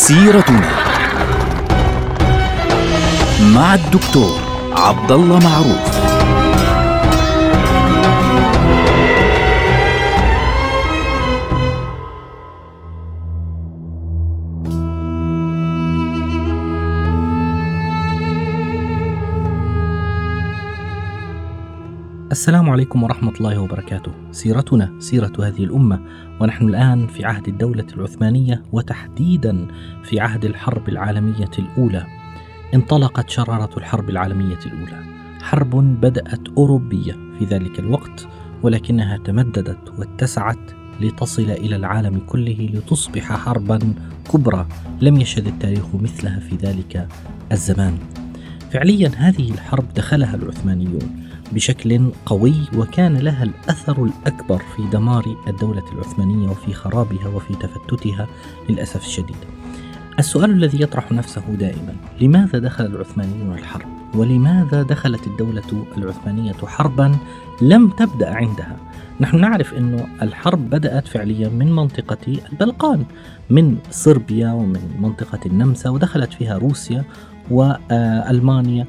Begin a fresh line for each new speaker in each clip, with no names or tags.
سيرتنا مع الدكتور عبد الله معروف.
السلام عليكم ورحمة الله وبركاته. سيرتنا سيرة هذه الأمة، ونحن الآن في عهد الدولة العثمانية، وتحديدا في عهد الحرب العالمية الأولى. انطلقت شرارة الحرب العالمية الأولى، حرب بدأت أوروبية في ذلك الوقت، ولكنها تمددت واتسعت لتصل إلى العالم كله، لتصبح حربا كبرى لم يشهد التاريخ مثلها في ذلك الزمان. فعليا هذه الحرب دخلها العثمانيون بشكل قوي، وكان لها الأثر الأكبر في دمار الدولة العثمانية وفي خرابها وفي تفتتها للأسف الشديد. السؤال الذي يطرح نفسه دائما: لماذا دخل العثمانيون الحرب؟ ولماذا دخلت الدولة العثمانية حربا لم تبدأ عندها؟ نحن نعرف أن الحرب بدأت فعليا من منطقة البلقان، من صربيا ومن منطقة النمسا، ودخلت فيها روسيا وألمانيا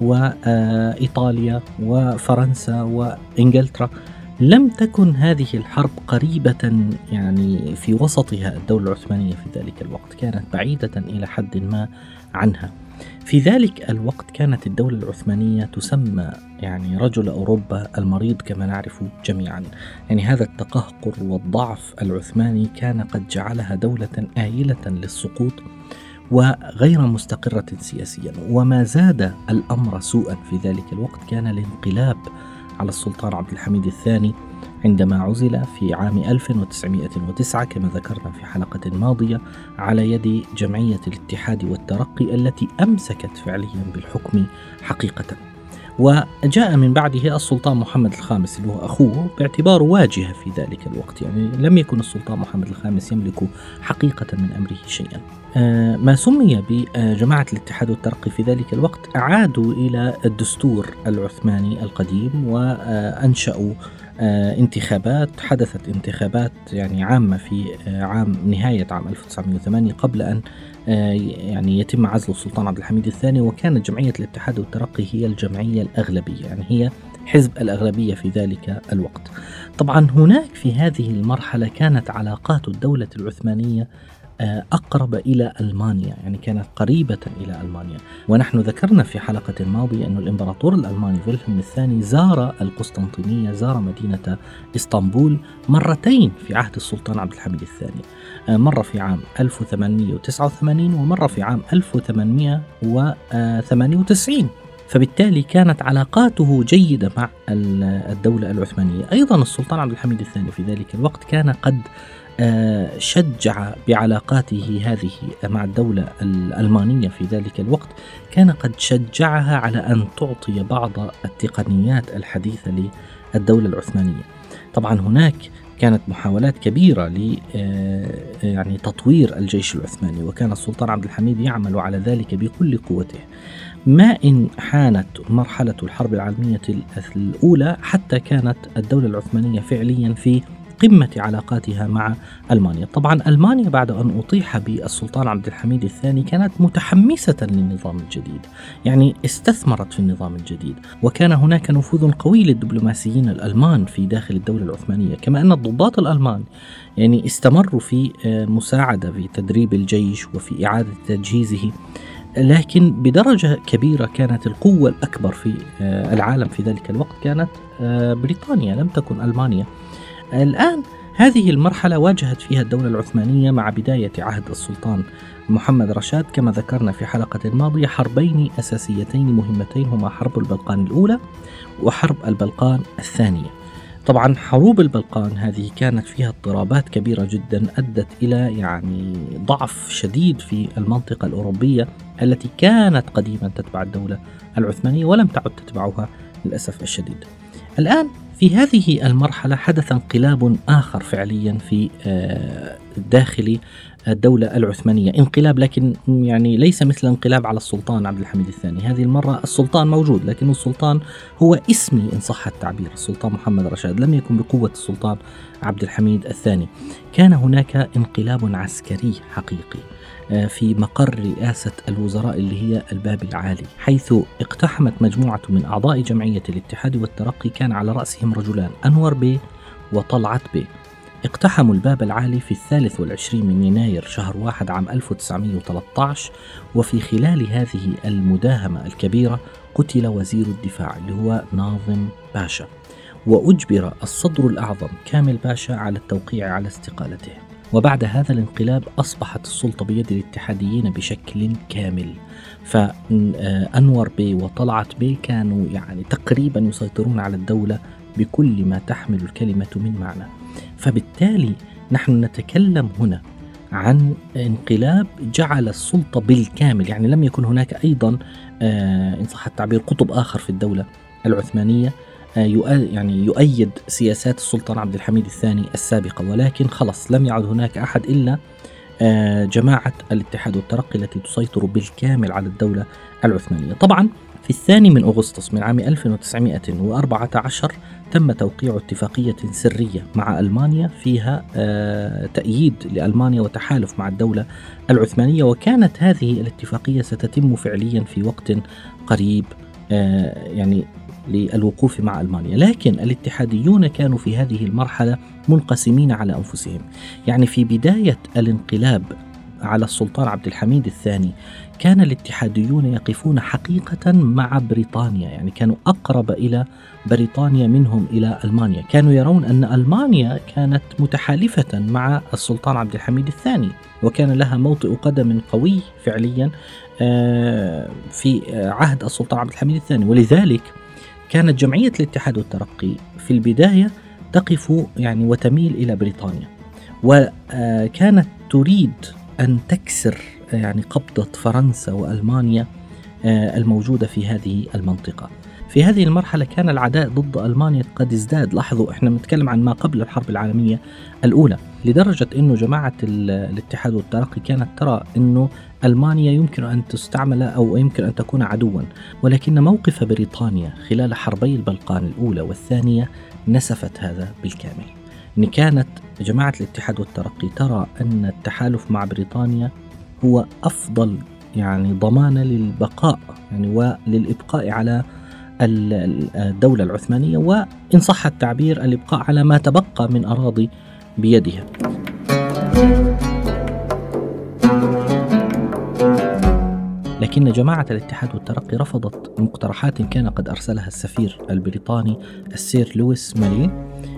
وإيطاليا وفرنسا وإنجلترا. لم تكن هذه الحرب قريبة يعني في وسطها الدولة العثمانية في ذلك الوقت، كانت بعيدة إلى حد ما عنها. في ذلك الوقت كانت الدولة العثمانية تسمى يعني رجل أوروبا المريض كما نعرف جميعا. يعني هذا التقهقر والضعف العثماني كان قد جعلها دولة آيلة للسقوط وغير مستقرة سياسيا. وما زاد الأمر سوءا في ذلك الوقت كان الانقلاب على السلطان عبد الحميد الثاني عندما عزل في عام 1909 كما ذكرنا في حلقة ماضية على يد جمعية الاتحاد والترقي التي أمسكت فعليا بالحكم حقيقة. وجاء من بعده السلطان محمد الخامس اللي هو أخوه باعتباره واجهة في ذلك الوقت، يعني لم يكن السلطان محمد الخامس يملك حقيقة من أمره شيئا. ما سمي بجماعة الاتحاد والترقي في ذلك الوقت أعادوا إلى الدستور العثماني القديم، وأنشأوا انتخابات. حدثت انتخابات يعني عامة في نهاية عام 1908 قبل أن يعني يتم عزل السلطان عبد الحميد الثاني، وكانت جمعية الاتحاد والترقي هي الجمعية الأغلبية، يعني هي حزب الأغلبية في ذلك الوقت. طبعا هناك في هذه المرحلة كانت علاقات الدولة العثمانية أقرب إلى ألمانيا، يعني كانت قريبة إلى ألمانيا. ونحن ذكرنا في حلقة ماضية أن الإمبراطور الألماني فيلهلم الثاني زار القسطنطينية، زار مدينة إسطنبول مرتين في عهد السلطان عبد الحميد الثاني، مرة في عام 1889 ومرة في عام 1898. فبالتالي كانت علاقاته جيدة مع الدولة العثمانية. أيضا السلطان عبد الحميد الثاني في ذلك الوقت كان قد شجع بعلاقاته هذه مع الدولة الألمانية في ذلك الوقت، كان قد شجعها على أن تعطي بعض التقنيات الحديثة للدولة العثمانية. طبعا هناك كانت محاولات كبيرة يعني تطوير الجيش العثماني، وكان السلطان عبد الحميد يعمل على ذلك بكل قوته. ما إن حانت مرحلة الحرب العالمية الأولى حتى كانت الدولة العثمانية فعليا في قمة علاقاتها مع ألمانيا. طبعا ألمانيا بعد أن أطيح بالسلطان عبد الحميد الثاني كانت متحمسة للنظام الجديد، يعني استثمرت في النظام الجديد، وكان هناك نفوذ قوي للدبلوماسيين الألمان في داخل الدولة العثمانية، كما أن الضباط الألمان يعني استمروا في مساعدة في تدريب الجيش وفي إعادة تجهيزه. لكن بدرجة كبيرة كانت القوة الأكبر في العالم في ذلك الوقت كانت بريطانيا، لم تكن ألمانيا. الآن هذه المرحلة واجهت فيها الدولة العثمانية مع بداية عهد السلطان محمد رشاد كما ذكرنا في حلقة ماضية حربين أساسيتين مهمتين، هما حرب البلقان الأولى وحرب البلقان الثانية. طبعا حروب البلقان هذه كانت فيها اضطرابات كبيرة جدا أدت إلى يعني ضعف شديد في المنطقة الأوروبية التي كانت قديما تتبع الدولة العثمانية ولم تعد تتبعها للأسف الشديد. الآن في هذه المرحلة حدث انقلاب آخر فعليا في داخل الدولة العثمانية، انقلاب لكن يعني ليس مثل انقلاب على السلطان عبد الحميد الثاني. هذه المرة السلطان موجود، لكن السلطان هو اسمي إن صح التعبير، السلطان محمد رشاد لم يكن بقوة السلطان عبد الحميد الثاني. كان هناك انقلاب عسكري حقيقي في مقر رئاسة الوزراء اللي هي الباب العالي، حيث اقتحمت مجموعة من أعضاء جمعية الاتحاد والترقي كان على رأسهم رجلان، أنور بيه وطلعت بيه. اقتحموا الباب العالي في 23 من يناير شهر 1 عام 1913، وفي خلال هذه المداهمة الكبيرة قتل وزير الدفاع اللي هو ناظم باشا، وأجبر الصدر الأعظم كامل باشا على التوقيع على استقالته. وبعد هذا الانقلاب أصبحت السلطة بيد الاتحاديين بشكل كامل، فأنور بيه وطلعت بيه كانوا يعني تقريبا يسيطرون على الدولة بكل ما تحمل الكلمة من معنى. فبالتالي نحن نتكلم هنا عن انقلاب جعل السلطة بالكامل، يعني لم يكن هناك أيضا إن صح التعبير قطب آخر في الدولة العثمانية يعني يؤيد سياسات السلطان عبد الحميد الثاني السابقة، ولكن خلص لم يعد هناك أحد إلا جماعة الاتحاد والترقي التي تسيطر بالكامل على الدولة العثمانية. طبعا في 2 من أغسطس من عام 1914 تم توقيع اتفاقية سرية مع ألمانيا فيها تأييد لألمانيا وتحالف مع الدولة العثمانية، وكانت هذه الاتفاقية ستتم فعليا في وقت قريب يعني للوقوف مع ألمانيا. لكن الاتحاديون كانوا في هذه المرحلة منقسمين على أنفسهم. يعني في بداية الانقلاب على السلطان عبد الحميد الثاني كان الاتحاديون يقفون حقيقة مع بريطانيا، يعني كانوا أقرب إلى بريطانيا منهم إلى ألمانيا، كانوا يرون أن ألمانيا كانت متحالفة مع السلطان عبد الحميد الثاني وكان لها موطئ قدم قوي فعليا في عهد السلطان عبد الحميد الثاني. ولذلك كانت جمعية الاتحاد والترقي في البداية تقف يعني وتميل إلى بريطانيا، وكانت تريد أن تكسر يعني قبضة فرنسا وألمانيا الموجودة في هذه المنطقة. في هذه المرحلة كان العداء ضد ألمانيا قد ازداد. لاحظوا احنا بنتكلم عن ما قبل الحرب العالمية الأولى، لدرجة أنه جماعة الاتحاد والترقي كانت ترى أنه ألمانيا يمكن أن تستعمل أو يمكن أن تكون عدوا، ولكن موقف بريطانيا خلال حربي البلقان الأولى والثانية نسفت هذا بالكامل. إن كانت جماعة الاتحاد والترقي ترى أن التحالف مع بريطانيا هو أفضل يعني ضمانة للبقاء يعني وللإبقاء على الدولة العثمانية، وإن صح التعبير الإبقاء على ما تبقى من أراضي بيدها. لكن جماعة الاتحاد والترقي رفضت مقترحات كان قد أرسلها السفير البريطاني السير لويس مالي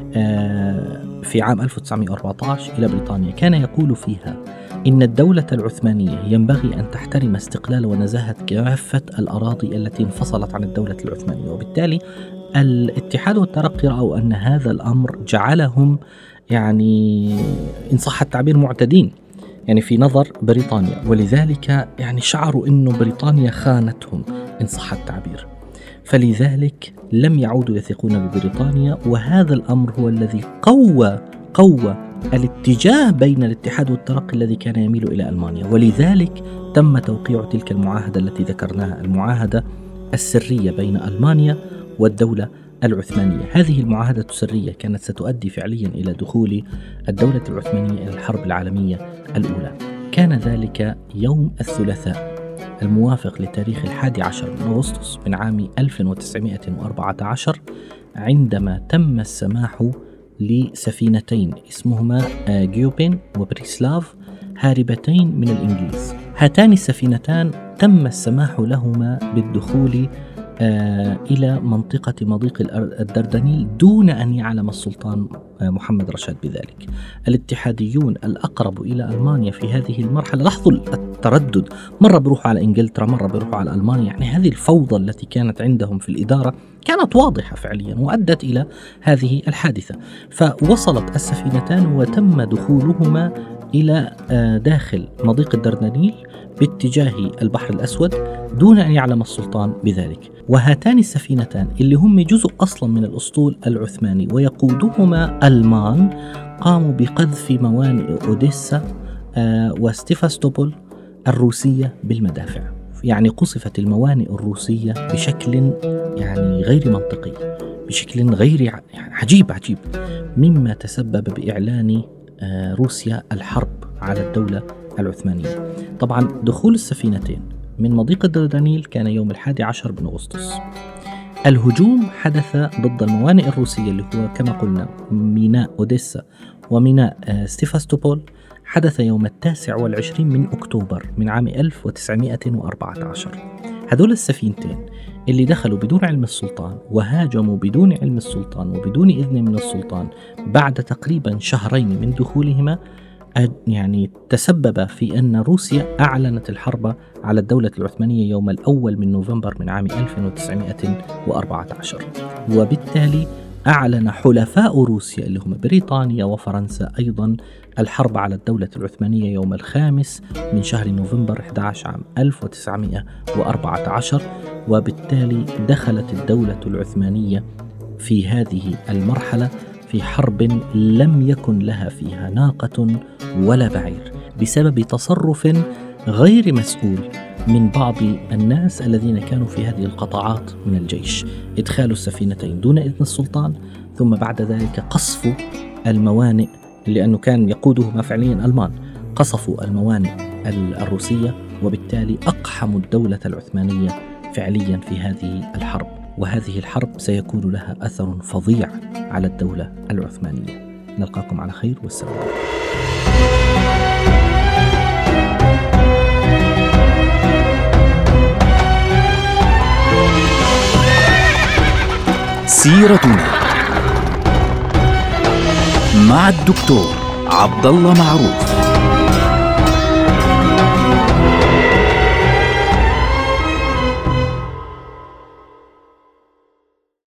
في عام 1914 إلى بريطانيا. كان يقول فيها إن الدولة العثمانية ينبغي أن تحترم استقلال ونزاهة كافة الأراضي التي انفصلت عن الدولة العثمانية. وبالتالي الاتحاد والترقي رأوا أن هذا الأمر جعلهم يعني إن صح التعبير معتدين يعني في نظر بريطانيا، ولذلك يعني شعروا أن بريطانيا خانتهم إن صح التعبير، فلذلك لم يعودوا يثقون ببريطانيا. وهذا الأمر هو الذي قوى الاتجاه بين الاتحاد والترقي الذي كان يميل إلى ألمانيا، ولذلك تم توقيع تلك المعاهدة التي ذكرناها، المعاهدة السرية بين ألمانيا والدولة العثمانية. هذه المعاهدة السرية كانت ستؤدي فعليا إلى دخول الدولة العثمانية إلى الحرب العالمية الأولى. كان ذلك يوم الثلاثاء الموافق لتاريخ 11 من أغسطس من عام 1914 عندما تم السماح لسفينتين اسمهما جيوبين وبريسلاف هاربتين من الإنجليز. هاتان السفينتان تم السماح لهما بالدخول إلى منطقة مضيق الدردنيل دون أن يعلم السلطان محمد رشاد بذلك. الاتحاديون الأقرب إلى ألمانيا في هذه المرحلة لاحظوا التردد، مرة بيروحوا على إنجلترا مرة بيروحوا على ألمانيا. يعني هذه الفوضى التي كانت عندهم في الإدارة كانت واضحة فعليا وأدت إلى هذه الحادثة. فوصلت السفينتان وتم دخولهما إلى داخل مضيق الدردنيل باتجاه البحر الأسود دون أن يعلم السلطان بذلك. وهاتان السفينتان اللي هم جزء أصلا من الأسطول العثماني ويقودهما ألمان قاموا بقذف موانئ أوديسا وستيفاستوبول الروسية بالمدافع. يعني قصفت الموانئ الروسية بشكل يعني غير منطقي، بشكل غير يعني عجيب مما تسبب بإعلان روسيا الحرب على الدولة العثمانية. طبعا دخول السفينتين من مضيق الدردنيل كان يوم 11 من أغسطس. الهجوم حدث ضد الموانئ الروسية اللي هو كما قلنا ميناء أوديسا وميناء سيفاستوبول، حدث يوم 29 من أكتوبر من عام 1914. هذول السفينتين اللي دخلوا بدون علم السلطان وهاجموا بدون علم السلطان وبدون إذن من السلطان بعد تقريبا شهرين من دخولهما، يعني تسبب في أن روسيا أعلنت الحرب على الدولة العثمانية يوم 1 من نوفمبر من عام 1914. وبالتالي أعلن حلفاء روسيا اللي هم بريطانيا وفرنسا أيضا الحرب على الدولة العثمانية يوم 5 من شهر نوفمبر 11 عام 1914. وبالتالي دخلت الدولة العثمانية في هذه المرحلة في حرب لم يكن لها فيها ناقة ولا بعير بسبب تصرف غير مسؤول من بعض الناس الذين كانوا في هذه القطاعات من الجيش. إدخال السفينتين دون إذن السلطان، ثم بعد ذلك قصف الموانئ، لأنه كان يقودهما فعليا ألمان، قصفوا الموانئ الروسية، وبالتالي أقحموا الدولة العثمانية فعليا في هذه الحرب. وهذه الحرب سيكون لها أثر فظيع على الدولة العثمانية. نلقاكم على خير والسلام عليكم.
سيرتنا مع الدكتور عبد الله معروف.